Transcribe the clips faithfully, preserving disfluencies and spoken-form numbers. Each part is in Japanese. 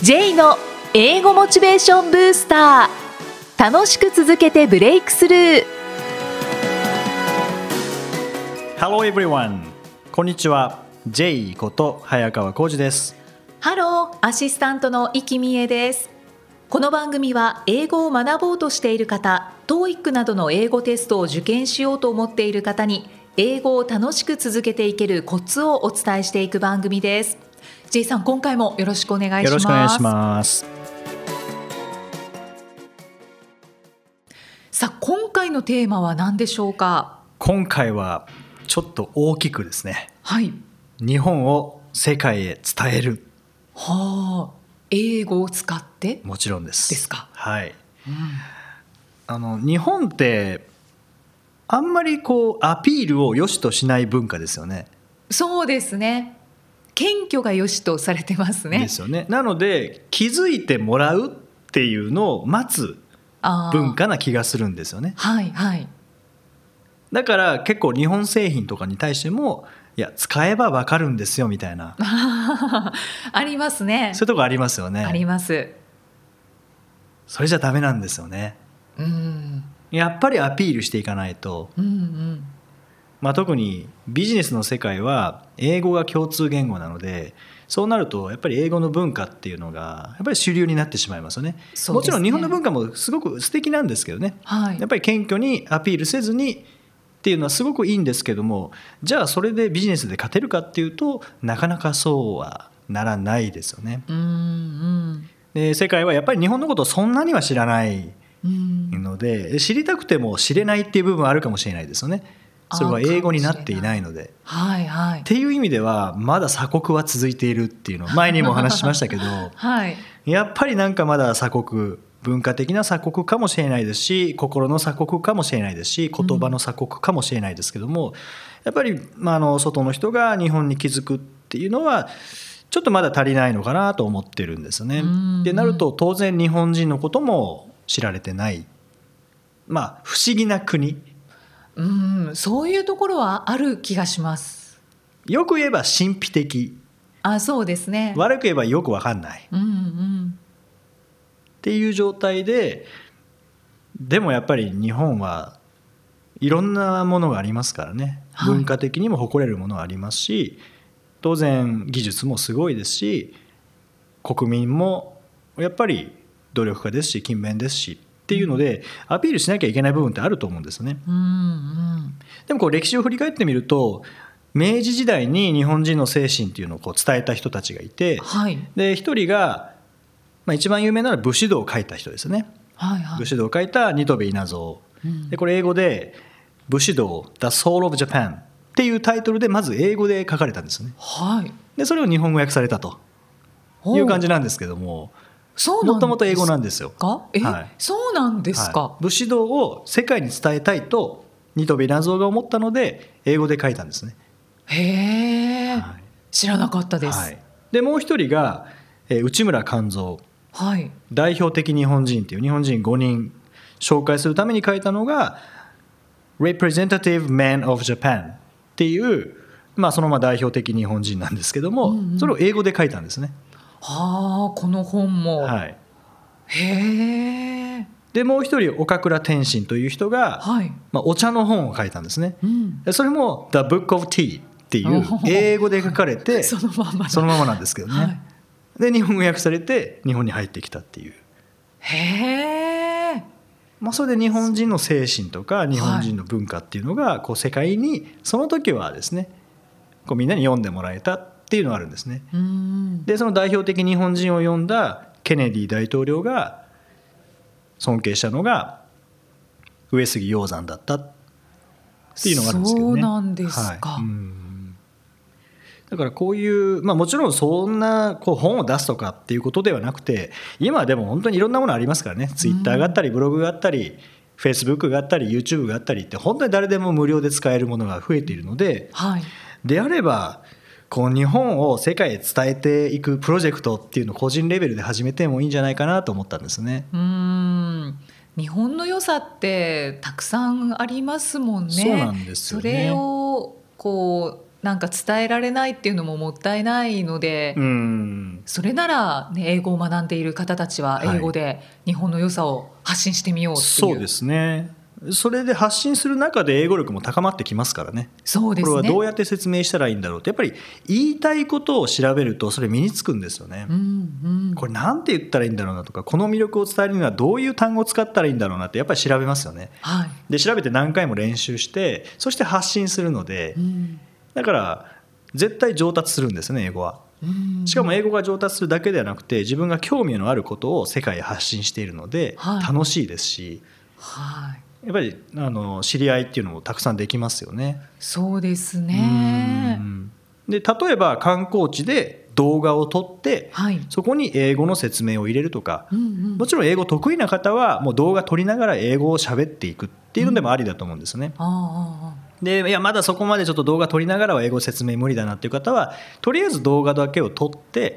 J の英語モチベーションブースター、楽しく続けてブレイクスルー。 Hello everyone、 こんにちは。 J こと早川浩二です。 ハロー、アシスタントの生きみえです。この番組は英語を学ぼうとしている方、 トーイック などの英語テストを受験しようと思っている方に英語を楽しく続けていけるコツをお伝えしていく番組です。 J さん、今回もよろしくお願いします。 よろしくお願いします。 さあ、今回のテーマは何でしょうか？ 今回はちょっと大きくですね、 はい、 日本を世界へ伝える。 はあ、英語を使ってもちろんですですか？ はい、 うん、 あの日本ってあんまりこうアピールを良しとしない文化ですよね。 そうですね。謙虚が良しとされてますね。 ですよね。なので気づいてもらうっていうのを待つ文化な気がするんですよね。 はいはい。 だから結構日本製品とかに対しても、いや使えば分かるんですよみたいなありますね。 そういうとこありますよね。 あります。 それじゃダメなんですよね。 うん、 やっぱりアピールしていかないと、 うんうん、 まあ、特にビジネスの世界は英語が共通言語なので、そうなるとやっぱり英語の文化っていうのがやっぱり主流になってしまいますよね。 そうですね。 もちろん日本の文化もすごく素敵なんですけどね、 はい、 やっぱり謙虚にアピールせずにっていうのはすごくいいんですけども、じゃあそれでビジネスで勝てるかっていうとなかなかそうはならないですよね。 うんうん、 で世界はやっぱり日本のことをそんなには知らないので、 うん、 知りたくても知れないっていう部分はあるかもしれないですよね。それは英語になっていないので、 はいはい、 っていう意味ではまだ鎖国は続いているっていうのを前にもお話ししましたけど、 はい、やっぱりなんかまだ鎖国、文化的な鎖国かもしれないですし、心の鎖国かもしれないですし、言葉の鎖国かもしれないですけども、うん、やっぱり、まあ、あの外の人が日本に気づくっていうのはちょっとまだ足りないのかなと思ってるんですよね。でなると当然日本人のことも知られてない、まあ不思議な国、 うん、そういうところはある気がします。 よく言えば神秘的、 あ、そうですね。 悪く言えばよく分かんない、 うんうん、 っていう状態で、でもやっぱり日本はいろんなものがありますからね、はい、文化的にも誇れるものがありますし、当然技術もすごいですし、国民もやっぱり努力家ですし勤勉ですしっていうので、アピールしなきゃいけない部分ってあると思うんですよね。 うんうん、でもこう歴史を振り返ってみると、明治時代に日本人の精神っていうのをこう伝えた人たちがいて、はい、で一人が、まあ、一番有名なのは武士道を書いた人ですね、はいはい、武士道を書いた新渡戸稲造、うん、でこれ英語で武士道 The Soul of Japan っていうタイトルでまず英語で書かれたんですね、はい、でそれを日本語訳されたという感じなんですけども、もともと英語なんですよ。 え、はい、そうなんですか、 はい、武士道を世界に伝えたいと新渡戸稲造が思ったので英語で書いたんですね。 へー、はい、知らなかったです、はい、 でもう一人が、えー、内村勘三、はい、代表的日本人という日本人ごにん紹介するために書いたのが Representative Men of Japan っていう、まあ、そのまま代表的日本人なんですけども、うんうん、それを英語で書いたんですね。 はあ、この本も、はい、へえ。 でもう一人岡倉天心という人が、はいまあ、お茶の本を書いたんですね、うん、それも The Book of Tea っていう英語で書かれてそのままそのままなんですけどね、はい、で日本語訳されて日本に入ってきたっていう。 へえ、 まあ、それで日本人の精神とか日本人の文化っていうのがこう世界にその時はですね、こうみんなに読んでもらえたっていうのがあるんですね。うん、でその代表的日本人を読んだケネディ大統領が尊敬したのが上杉鷹山だったっていうのがあるんですけどね。 そうなんですか、はい、うん、 だからこういう、まあ、もちろんそんなこう本を出すとかっていうことではなくて、今はでも本当にいろんなものありますからね、ツイッターがあったりブログがあったりフェイスブックがあったり YouTube があったりって本当に誰でも無料で使えるものが増えているので、はい、であればこう日本を世界へ伝えていくプロジェクトっていうのを個人レベルで始めてもいいんじゃないかなと思ったんですね。 うーん、日本の良さってたくさんありますもんね。 そうなんですよね。 それをこうなんか伝えられないっていうのももったいないので、 うん、 それなら、ね、英語を学んでいる方たちは英語で日本の良さを発信してみようっていう、 はい、そうですね。それで発信する中で英語力も高まってきますからね。 そうですね。 これはどうやって説明したらいいんだろうって、やっぱり言いたいことを調べるとそれ身につくんですよね、うんうん、これなんて言ったらいいんだろうなとか、この魅力を伝えるにはどういう単語を使ったらいいんだろうなってやっぱり調べますよね、はい、で調べて何回も練習してそして発信するので、うん、だから絶対上達するんですね、英語は。しかも英語が上達するだけではなくて自分が興味のあることを世界へ発信しているので楽しいですし、はいはい、やっぱりあの知り合いっていうのもたくさんできますよね。 そうですね。 うんで例えば観光地で動画を撮って、はい、そこに英語の説明を入れるとか、うんうん、もちろん英語得意な方はもう動画撮りながら英語を喋っていくっていうのでもありだと思うんですね、うん、あでいやまだそこまでちょっと動画撮りながらは英語説明無理だなっていう方はとりあえず動画だけを撮って、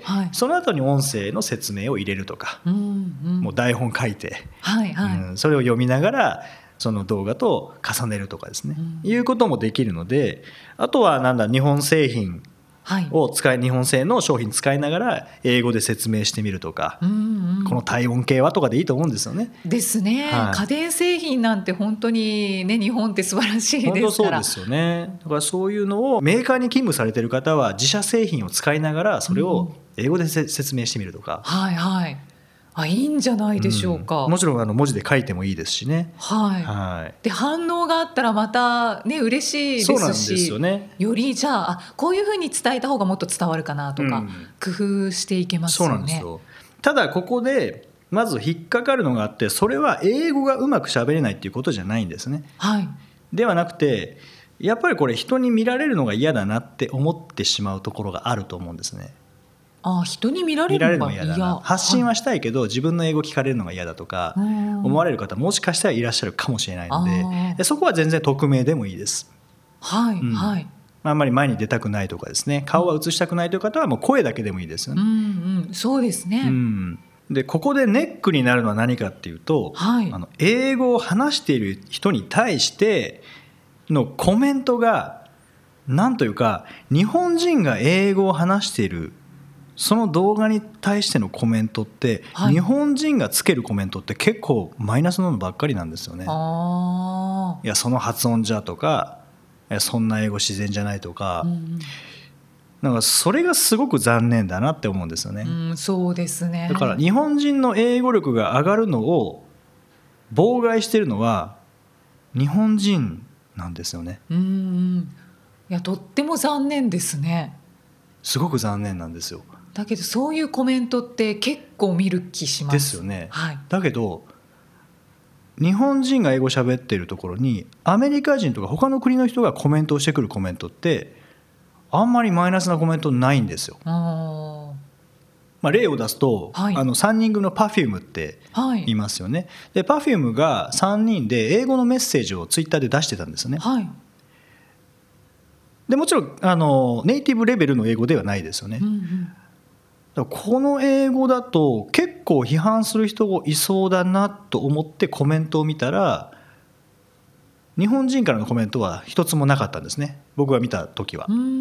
はい、その後に音声の説明を入れるとか、うんうん、もう台本書いて、はいはいうん、それを読みながらその動画と重ねるとかですね、うん、いうこともできるので、あとはなんだ日本製品を使い日本製の商品使いながら英語で説明してみるとか、うんうん、この体温計はとかでいいと思うんですよね。 ですね、はい、家電製品なんて本当に、ね、日本って素晴らしいですから。 本当そうですよね。だからそういうのをメーカーに勤務されている方は自社製品を使いながらそれを英語で説明してみるとか、 うん、はいはいあいいんじゃないでしょうか、 うん、もちろんあの文字で書いてもいいですしね、 はいはい、で反応があったらまたね嬉しいですし、 そうなんですよね、 よりじゃあ、あこういうふうに伝えた方がもっと伝わるかなとか、うん、工夫していけますよね。 そうなんですよ。ただここでまず引っかかるのがあって、それは英語がうまく喋れないっていうことじゃないんですね、はい、ではなくてやっぱりこれ人に見られるのが嫌だなって思ってしまうところがあると思うんですね。 あ人に見られるのが嫌だな、 発信はしたいけど自分の英語聞かれるのが嫌だとか思われる方もしかしたらいらっしゃるかもしれないので、でそこは全然匿名でもいいです。はい、うんはいあんまり前に出たくないとかですね、顔は映したくないという方はもう声だけでもいいですよね、 うんうん、そうですね、うん、 でここでネックになるのは何かっていうと、はい、あの英語を話している人に対してのコメントがなんというか、日本人が英語を話しているその動画に対してのコメントって、はい、日本人がつけるコメントって結構マイナスなのばっかりなんですよね。あいやその発音じゃとか、いやそんな英語自然じゃないとか、うん、なんかそれがすごく残念だなって思うんですよね、 うん、そうですね。 だから日本人の英語力が上がるのを妨害しているのは日本人なんですよね。 うんいやとっても残念ですね。 すごく残念なんですよ。 だけどそういうコメントって結構見る気しますですよね、はい、だけど日本人が英語喋っているところにアメリカ人とか他の国の人がコメントをしてくるコメントってあんまりマイナスなコメントないんですよ。あ、まあ、例を出すと、はい、あのさんにん組の Perfume っていますよね、はい、で Perfume がさんにんで英語のメッセージをツイッターで出してたんですよね、はい、でもちろんあのネイティブレベルの英語ではないですよね、うんうんこの英語だと結構批判する人がいそうだなと思ってコメントを見たら日本人からのコメントは一つもなかったんですね、僕が見た時は、うんうん、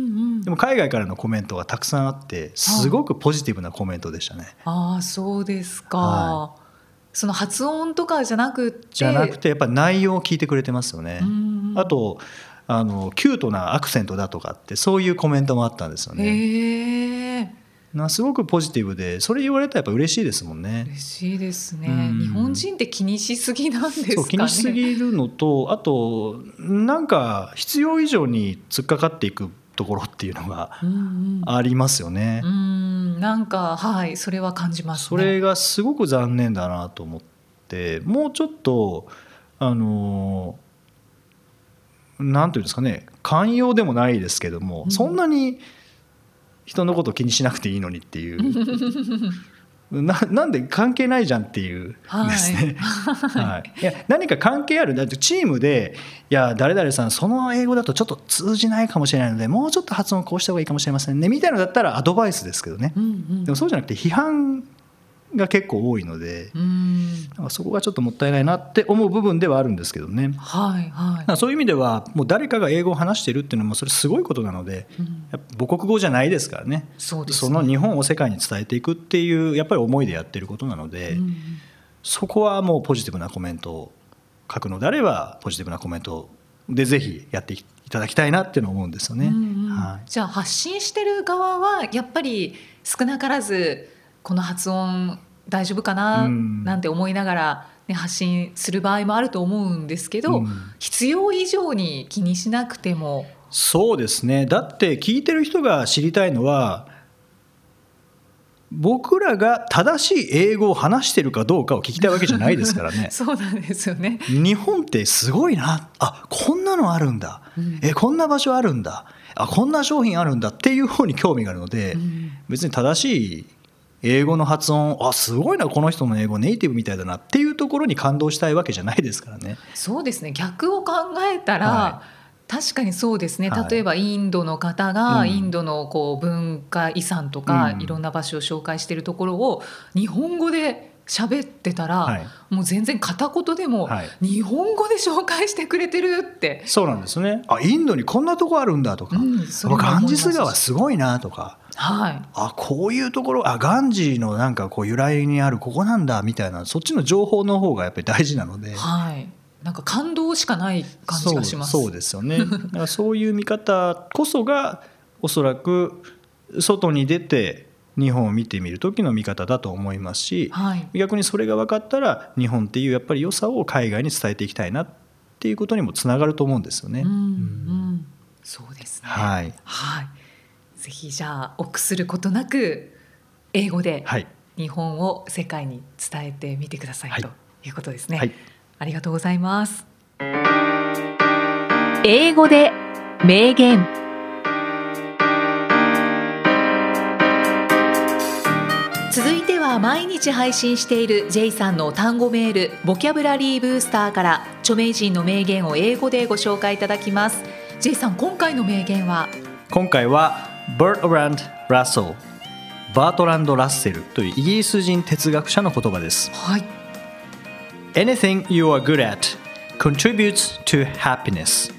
でも海外からのコメントがたくさんあってすごくポジティブなコメントでしたね。 ああそうですか、はい、その発音とかじゃなくてじゃなくてやっぱ内容を聞いてくれてますよね、うんうん、あとあのキュートなアクセントだとかってそういうコメントもあったんですよね。へーなすごくポジティブでそれ言われたらやっぱ嬉しいですもんね。 嬉しいですね、うん、日本人って気にしすぎなんですかね。 そう気にしすぎるのとあとなんか必要以上に突っかかっていくところっていうのがありますよね、うんうん、 うんなんかはいそれは感じますね。 それがすごく残念だなと思ってもうちょっとあのなんていうんですかね寛容でもないですけども、うん、そんなに人のことを気にしなくていいのにっていうな, なんで関係ないじゃんっていうですね、はいはい、いや何か関係あるだってチームでいや誰々さんその英語だとちょっと通じないかもしれないのでもうちょっと発音こうした方がいいかもしれませんねみたいなのだったらアドバイスですけどね、うんうん、でもそうじゃなくて批判が結構多いので、うん、そこがちょっともったいないなって思う部分ではあるんですけどね、はいはい、そういう意味ではもう誰かが英語を話してるっていうのもそれすごいことなので、うん、やっぱ母国語じゃないですからね、そうですね、その日本を世界に伝えていくっていうやっぱり思いでやってることなので、うん、そこはもうポジティブなコメントを書くのであればポジティブなコメントでぜひやっていただきたいなっていうのを思うんですよね、うんうん、はい、 じゃあ発信してる側はやっぱり少なからずこの発音大丈夫かななんて思いながら、ね、発信する場合もあると思うんですけど、うん、必要以上に気にしなくても。 そうですね、だって聞いてる人が知りたいのは僕らが正しい英語を話してるかどうかを聞きたいわけじゃないですからねそうなんですよね。 日本ってすごいな、あ、こんなのあるんだ、うん、えこんな場所あるんだ、あこんな商品あるんだっていう方に興味があるので、うん、別に正しい英語の発音、あすごいなこの人の英語ネイティブみたいだなっていうところに感動したいわけじゃないですからね。 そうですね、逆を考えたら、はい、確かにそうですね、例えばインドの方がインドのこう文化遺産とかいろんな場所を紹介しているところを日本語で喋ってたら、はい、もう全然片言でも日本語で紹介してくれてるって、はい、 そうなんですね。あインドにこんなとこあるんだとか、うん、ガンジス川すごいなとか、はい、あこういうところ、あガンジーのなんかこう由来にあるここなんだみたいな、そっちの情報の方がやっぱり大事なので、 はい、なんか感動しかない感じがします。 そう、そうですよねだからそういう見方こそがおそらく外に出て日本を見てみる時の見方だと思いますし、はい、逆にそれが分かったら日本っていうやっぱり良さを海外に伝えていきたいなっていうことにもつながると思うんですよね。うんうん、 そうですね、はいはい、ぜひじゃあ臆することなく英語で日本を世界に伝えてみてください、はい、ということですね、はい、ありがとうございます。英語で名言。続いては毎日配信している J さんの単語メールボキャブラリーブースターから著名人の名言を英語でご紹介いただきます。 J さん、今回の名言は？ 今回はバートランド・ラッセルバートランド・ラッセルというイギリス人哲学者の言葉です、はい、Anything you are good at contributes to happiness.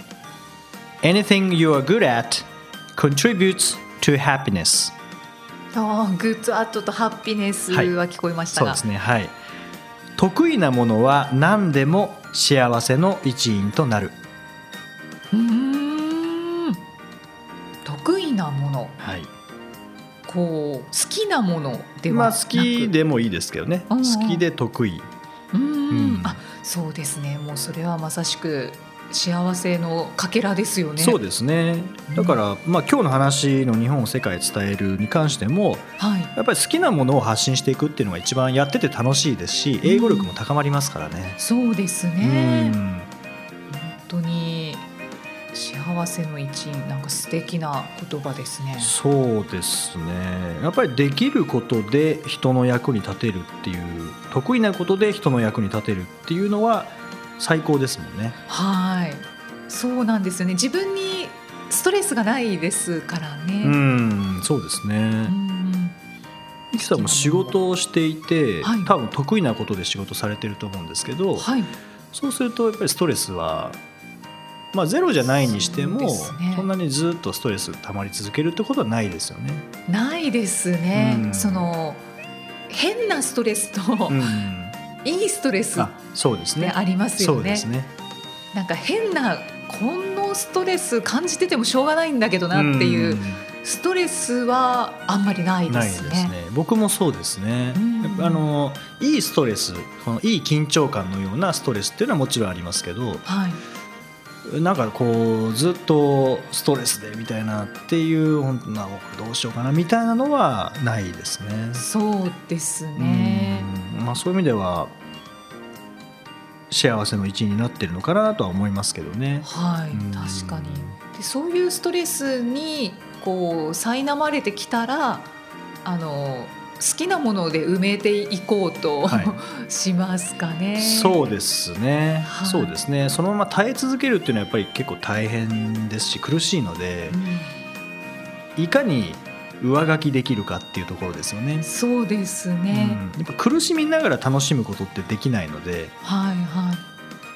Anything you are good at contributes to happiness. あグッドアットとハッピネスは聞こえましたが、 はい、そうですね、はい、得意なものは何でも幸せの一因となる。 うーん得意なもの、はい、こう好きなものではなく、まあ、 好きでもいいですけどね、好きで得意。 うーん、うん、あそうですね、もうそれはまさしく幸せのかけらですよね。 そうですね、だから、うんまあ、今日の話の日本を世界へ伝えるに関しても、はい、やっぱり好きなものを発信していくっていうのが一番やってて楽しいですし、英語力も高まりますからね、 うん、そうですね、うん、本当に幸せの一因、なんか素敵な言葉ですね。 そうですね、やっぱりできることで人の役に立てるっていう、得意なことで人の役に立てるっていうのは最高ですもんね。 はい、そうなんですよね。自分にストレスがないですからね。 うん、そうですね。ミキさんも仕事をしていて、はい、多分得意なことで仕事されてると思うんですけど、はい、そうするとやっぱりストレスは、まあ、ゼロじゃないにしても そ,、ね、そんなにずっとストレス溜まり続けるってことはないですよね。 ないですね、うん、その変なストレスと、うんいいストレスってありますよね。そうですね。なんか変なこのストレス感じててもしょうがないんだけどなっていうストレスはあんまりないですね。ないですね。 僕もそうですね。やっぱあのいいストレス、このいい緊張感のようなストレスっていうのはもちろんありますけど、はい、なんかこうずっとストレスでみたいなっていう本当などうしようかなみたいなのはないですね。 そうですね。 まあ、そういう意味では幸せの一因になってるのかなとは思いますけどね。 はい、確かに。でそういうストレスにこう苛まれてきたらあの好きなもので埋めていこうと、はい、しますかね。 そうですね、はい、そうですね。そのまま耐え続けるっていうのはやっぱり結構大変ですし苦しいので、うん、いかに上書きできるかっていうところですよね。 そうですね、 うん、やっぱ苦しみながら楽しむことってできないので、 はいはい、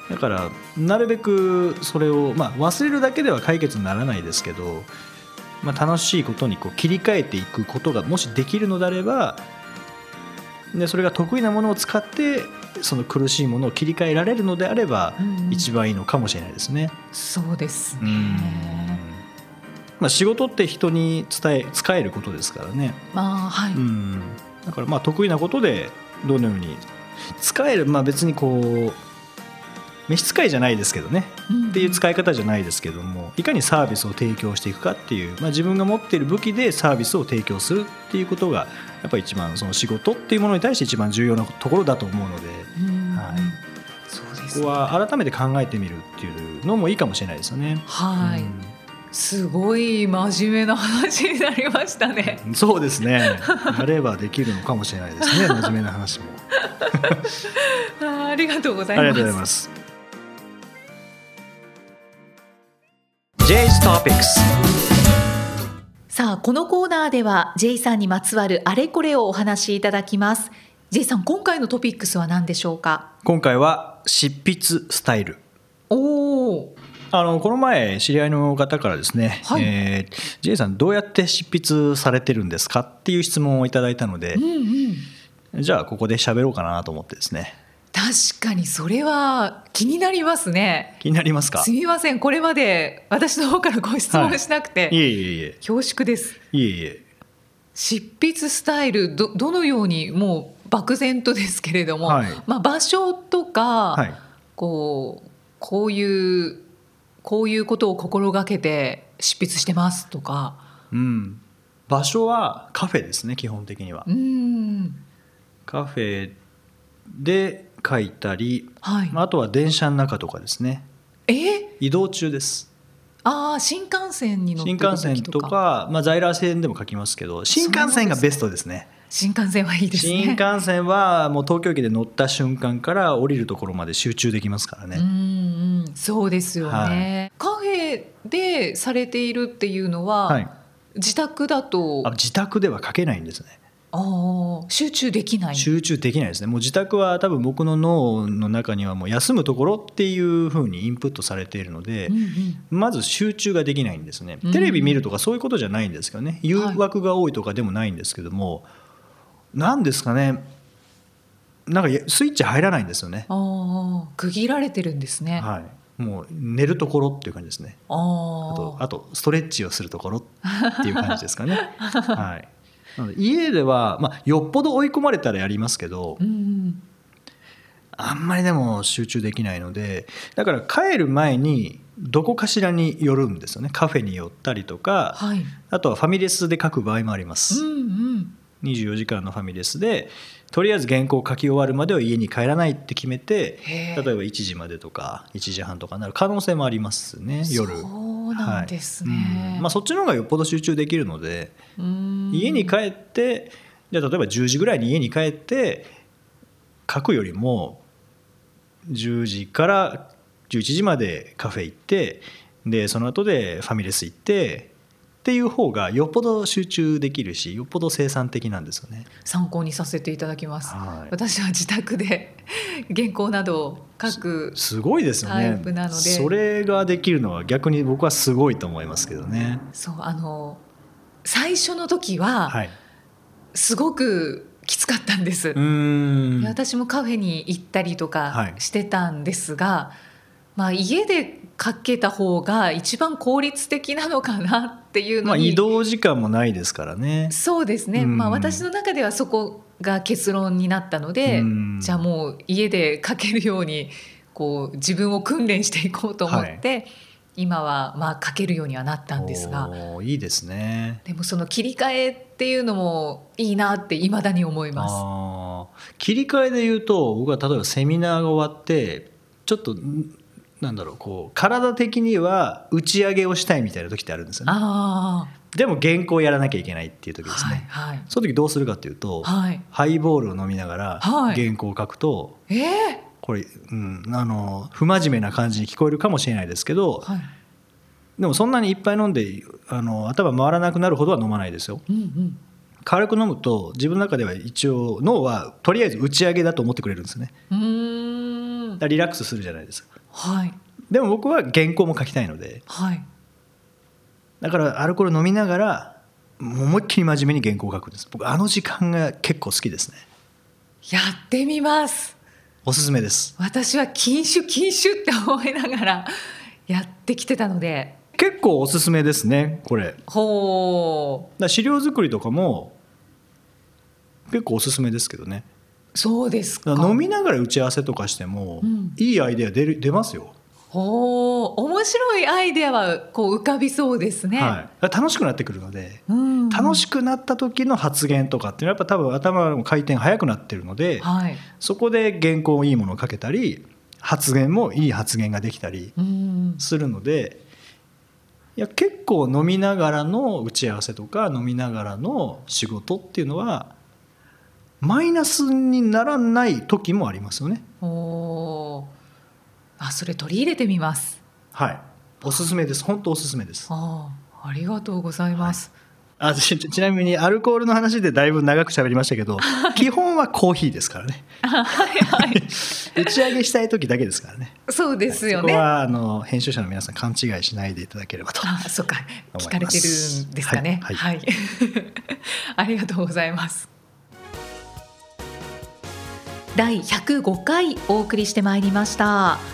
だからなるべくそれを、まあ、忘れるだけでは解決にならないですけど、まあ、楽しいことにこう切り替えていくことがもしできるのであれば、でそれが得意なものを使ってその苦しいものを切り替えられるのであれば、うん、一番いいのかもしれないですね。 そうですね、うん、 まあ、仕事って人に伝え使えることですからね。 あ、はい、 うん、だからまあ得意なことでどのように使える、まあ、別にこう召使いじゃないですけどね、うん、っていう使い方じゃないですけども、いかにサービスを提供していくかっていう、まあ、自分が持っている武器でサービスを提供するっていうことがやっぱり一番その仕事っていうものに対して一番重要なところだと思うので、はい、そうですね、ここは改めて考えてみるっていうのもいいかもしれないですよね。 はい、うん、すごい真面目な話になりましたね。 そうですね、やればできるのかもしれないですね真面目な話もあ, ありがとうございます。 ありがとうございます。J's Topics。 さあ、このコーナーでは J さんにまつわるあれこれをお話しいただきます。 J さん、今回のトピックスは何でしょうか？ 今回は執筆スタイル。 おー、 あのこの前知り合いの方からですね、はい、えー、J さんどうやって執筆されてるんですかっていう質問をいただいたので、うんうん、じゃあここで喋ろうかなと思ってですね。 確かにそれは気になりますね。 気になりますか？ すみません、これまで私の方からご質問しなくて、 はい、いえいえいえ、 恐縮です。 いえいえ。 執筆スタイル ど, どのように、もう漠然とですけれども、はい、まあ、場所とか、はい、こう、こういうこういうことを心がけて執筆してますとか、 うん、場所はカフェですね、基本的には。うん、カフェで書いたり、はい、あとは電車の中とかですね。 え移動中です。 あ、新幹線に乗ってる時とか。 新幹線とか、まあ、在来線でも書きますけど、新幹線がベストですね。 新幹線はいいですね。 新幹線はもう東京駅で乗った瞬間から降りるところまで集中できますからね。 うん、そうですよね、はい、カフェでされているっていうのは、はい、自宅だと。 あ、自宅では書けないんですね。 あ、集中できない。 集中できないですね。もう自宅は多分僕の脳の中にはもう休むところっていう風にインプットされているので、うんうん、まず集中ができないんですね。テレビ見るとかそういうことじゃないんですけどね、誘惑が多いとかでもないんですけども、何、はい、ですかね、なんかスイッチ入らないんですよね。 あ、区切られてるんですね。 はい、もう寝るところっていう感じですね。あ, あ, とあとストレッチをするところっていう感じですかね。はい、なので家では、まあ、よっぽど追い込まれたらやりますけど、うん、あんまりでも集中できないので、だから帰る前にどこかしらに寄るんですよね。カフェに寄ったりとか、はい、あとはファミレスで書く場合もあります、うんうん、にじゅうよじかんのファミレスでとりあえず原稿を書き終わるまでは家に帰らないって決めて、例えばいちじまでとかいちじはんとかになる可能性もありますね、夜。 そうなんですね、 はい、うん、まあ、そっちの方がよっぽど集中できるので、うーん、家に帰ってじゃあ例えばじゅうじぐらいに家に帰って書くよりもじゅうじからじゅういちじまでカフェ行って、でその後でファミレス行ってっていう方がよっぽど集中できるし、よっぽど生産的なんですよね。 参考にさせていただきます、 はい、 私は自宅で原稿などを書くすごいですよね。 タイプなので、 それができるのは逆に僕はすごいと思いますけどね。 そう、あの最初の時はすごくきつかったんです、はい、うーん、私もカフェに行ったりとかしてたんですが、はい、まあ、家で書けた方が一番効率的なのかなっていうのに、 まあ、移動時間もないですからね。 そうですね、まあ、私の中ではそこが結論になったので、じゃあもう家で書けるようにこう自分を訓練していこうと思って、はい、今はまあ書けるようにはなったんですが。 いいですね。 でもその切り替えっていうのもいいなって未だに思います。 あ、切り替えで言うと、僕は例えばセミナーが終わってちょっとなんだろう、こう体的には打ち上げをしたいみたいな時ってあるんですよね。あ、でも原稿をやらなきゃいけないっていう時ですね、はいはい、その時どうするかっていうと、はい、ハイボールを飲みながら原稿を書くと、はい、えー、これ、うん、あの不真面目な感じに聞こえるかもしれないですけど、はい、 でもそんなにいっぱい飲んであの頭回らなくなるほどは飲まないですよ、うんうん、軽く飲むと自分の中では一応脳はとりあえず打ち上げだと思ってくれるんですね。うーん、だからリラックスするじゃないですか、はい、でも僕は原稿も書きたいので、はい、だからアルコール飲みながら思いっきり真面目に原稿を書くんです。僕あの時間が結構好きですね。 やってみます。 おすすめです。 私は禁酒禁酒って思いながらやってきてたので結構おすすめですねこれ。 ほう。 だ資料作りとかも結構おすすめですけどね。 そうですか。 飲みながら打ち合わせとかしても、うん、いいアイデア 出る、出ますよ。 ほう、面白いアイデアはこう浮かびそうですね、 はい、楽しくなってくるので、うん、楽しくなった時の発言とかっていうのはやっぱ多分頭の回転速くなってるので、はい、そこで原稿いいものを書けたり発言もいい発言ができたりするので、いや結構飲みながらの打ち合わせとか飲みながらの仕事っていうのはマイナスにならない時もありますよね。 おあ、それ取り入れてみます。 はい、おすすめです。本当おすすめです。 ああ、ありがとうございます、 はい、あ ち, ちなみにアルコールの話でだいぶ長く喋りましたけど基本はコーヒーですからねはい、はい、打ち上げしたい時だけですからね。 そうですよね。 そこはあの編集者の皆さん勘違いしないでいただければと思います。 あ、そうか、聞かれてるんですかね。はい、はいはい、ありがとうございます。だいひゃくごかいお送りしてまいりました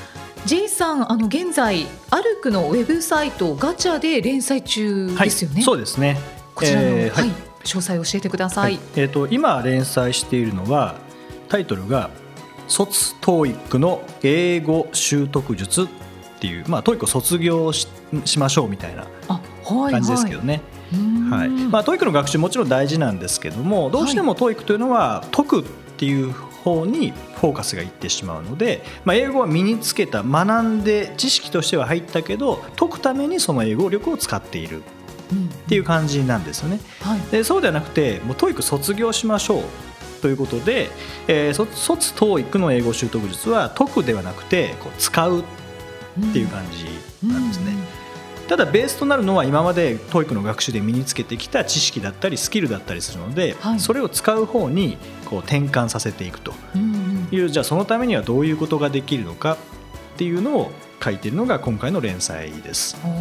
。J さん、あの現在アルクのウェブサイトガチャで連載中ですよね。 はい、そうですね。 こちらの、えーはい、詳細を教えてください。はい、 えーと、今連載しているのはタイトルが卒 トーイック の英語習得術っていう、まあ、トーイック を卒業 し, しましょうみたいな感じですけどね。はいはい、まあ、トーイック の学習もちろん大事なんですけども、どうしても トーイック というのは解くっていう方にフォーカスがいってしまうので、まあ、英語は身につけた、学んで知識としては入ったけど解くためにその英語力を使っているっていう感じなんですよね。はい、でそうではなくてもう トーイック 卒業しましょうということで、えー、卒 トーイック の英語習得術は解くではなくてこう使うっていう感じなんですね。うんうんうん、ただベースとなるのは今まで トーイック の学習で身につけてきた知識だったりスキルだったりするので、はい、それを使う方にこう転換させていくという、うん、じゃあそのためにはどういうことができるのかっていうのを書いているのが今回の連載です。はい、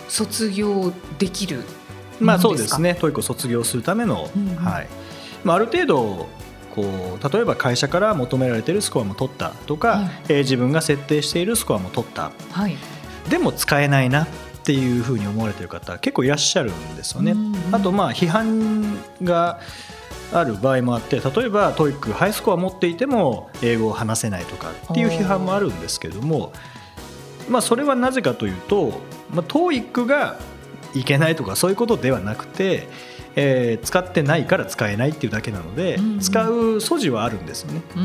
卒業できる、 まあ、そうですね。 トーイック を卒業するための、うんうん、はい、まあ、ある程度こう例えば会社から求められているスコアも取ったとか、はい、えー、自分が設定しているスコアも取った、はい、でも使えないなっていうふうに思われている方結構いらっしゃるんですよね。うんうん、あとまあ批判がある場合もあって、例えば トーイック ハイスコア持っていても英語を話せないとかっていう批判もあるんですけども、まあ、それはなぜかというと、まあ、トーイック がいけないとかそういうことではなくて、えー、使ってないから使えないっていうだけなので、うんうん、使う素地はあるんですよね。うん、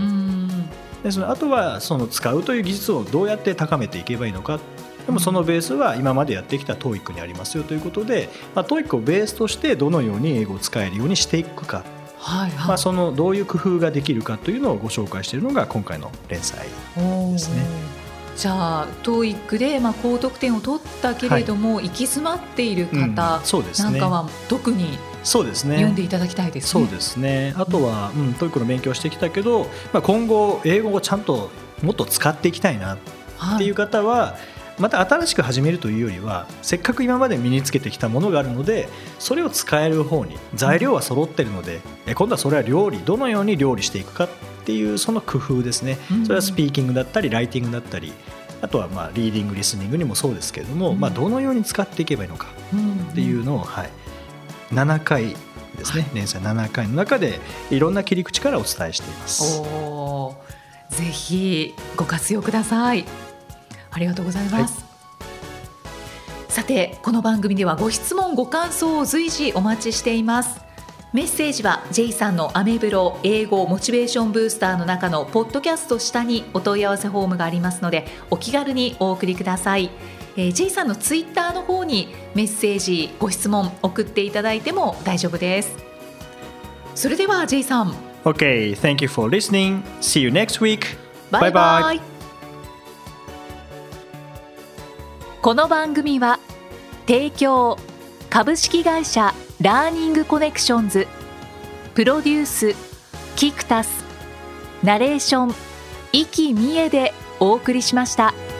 でそのあとはその使うという技術をどうやって高めていけばいいのか、でもそのベースは今までやってきた トーイック にありますよということで、まあ、トーイック をベースとしてどのように英語を使えるようにしていくか、はいはい、まあ、そのどういう工夫ができるかというのをご紹介しているのが今回の連載ですね。 じゃあ トーイック でまあ高得点を取ったけれども、はい、行き詰まっている方なんかは特に読んでいただきたいですね。 そうですね。あとは、うん、トーイック の勉強してきたけど、まあ、今後英語をちゃんともっと使っていきたいなっていう方は、はい、また新しく始めるというよりはせっかく今まで身につけてきたものがあるのでそれを使える方に、材料は揃っているので、うん、今度はそれは料理どのように料理していくかっていうその工夫ですね。それはスピーキングだったりライティングだったり、あとはまあリーディングリスニングにもそうですけれども、うん、まあ、どのように使っていけばいいのかっていうのを、はい、ななかいですね、はい、連載ななかいの中でいろんな切り口からお伝えしています。 おー、ぜひご活用ください。ありがとうございます。はい、さてこの番組ではご質問ご感想を随時お待ちしています。メッセージは J さんのアメブロ英語モチベーションブースターの中のポッドキャスト下にお問い合わせフォームがありますのでお気軽にお送りください。えー、J さんのツイッターの方にメッセージご質問送っていただいても大丈夫です。それでは J さん、 OK, thank you for listening. See you next week. Bye bye. この番組は提供株式会社ラーニングコネクションズ、プロデュースキクタス、ナレーション生きみえでお送りしました。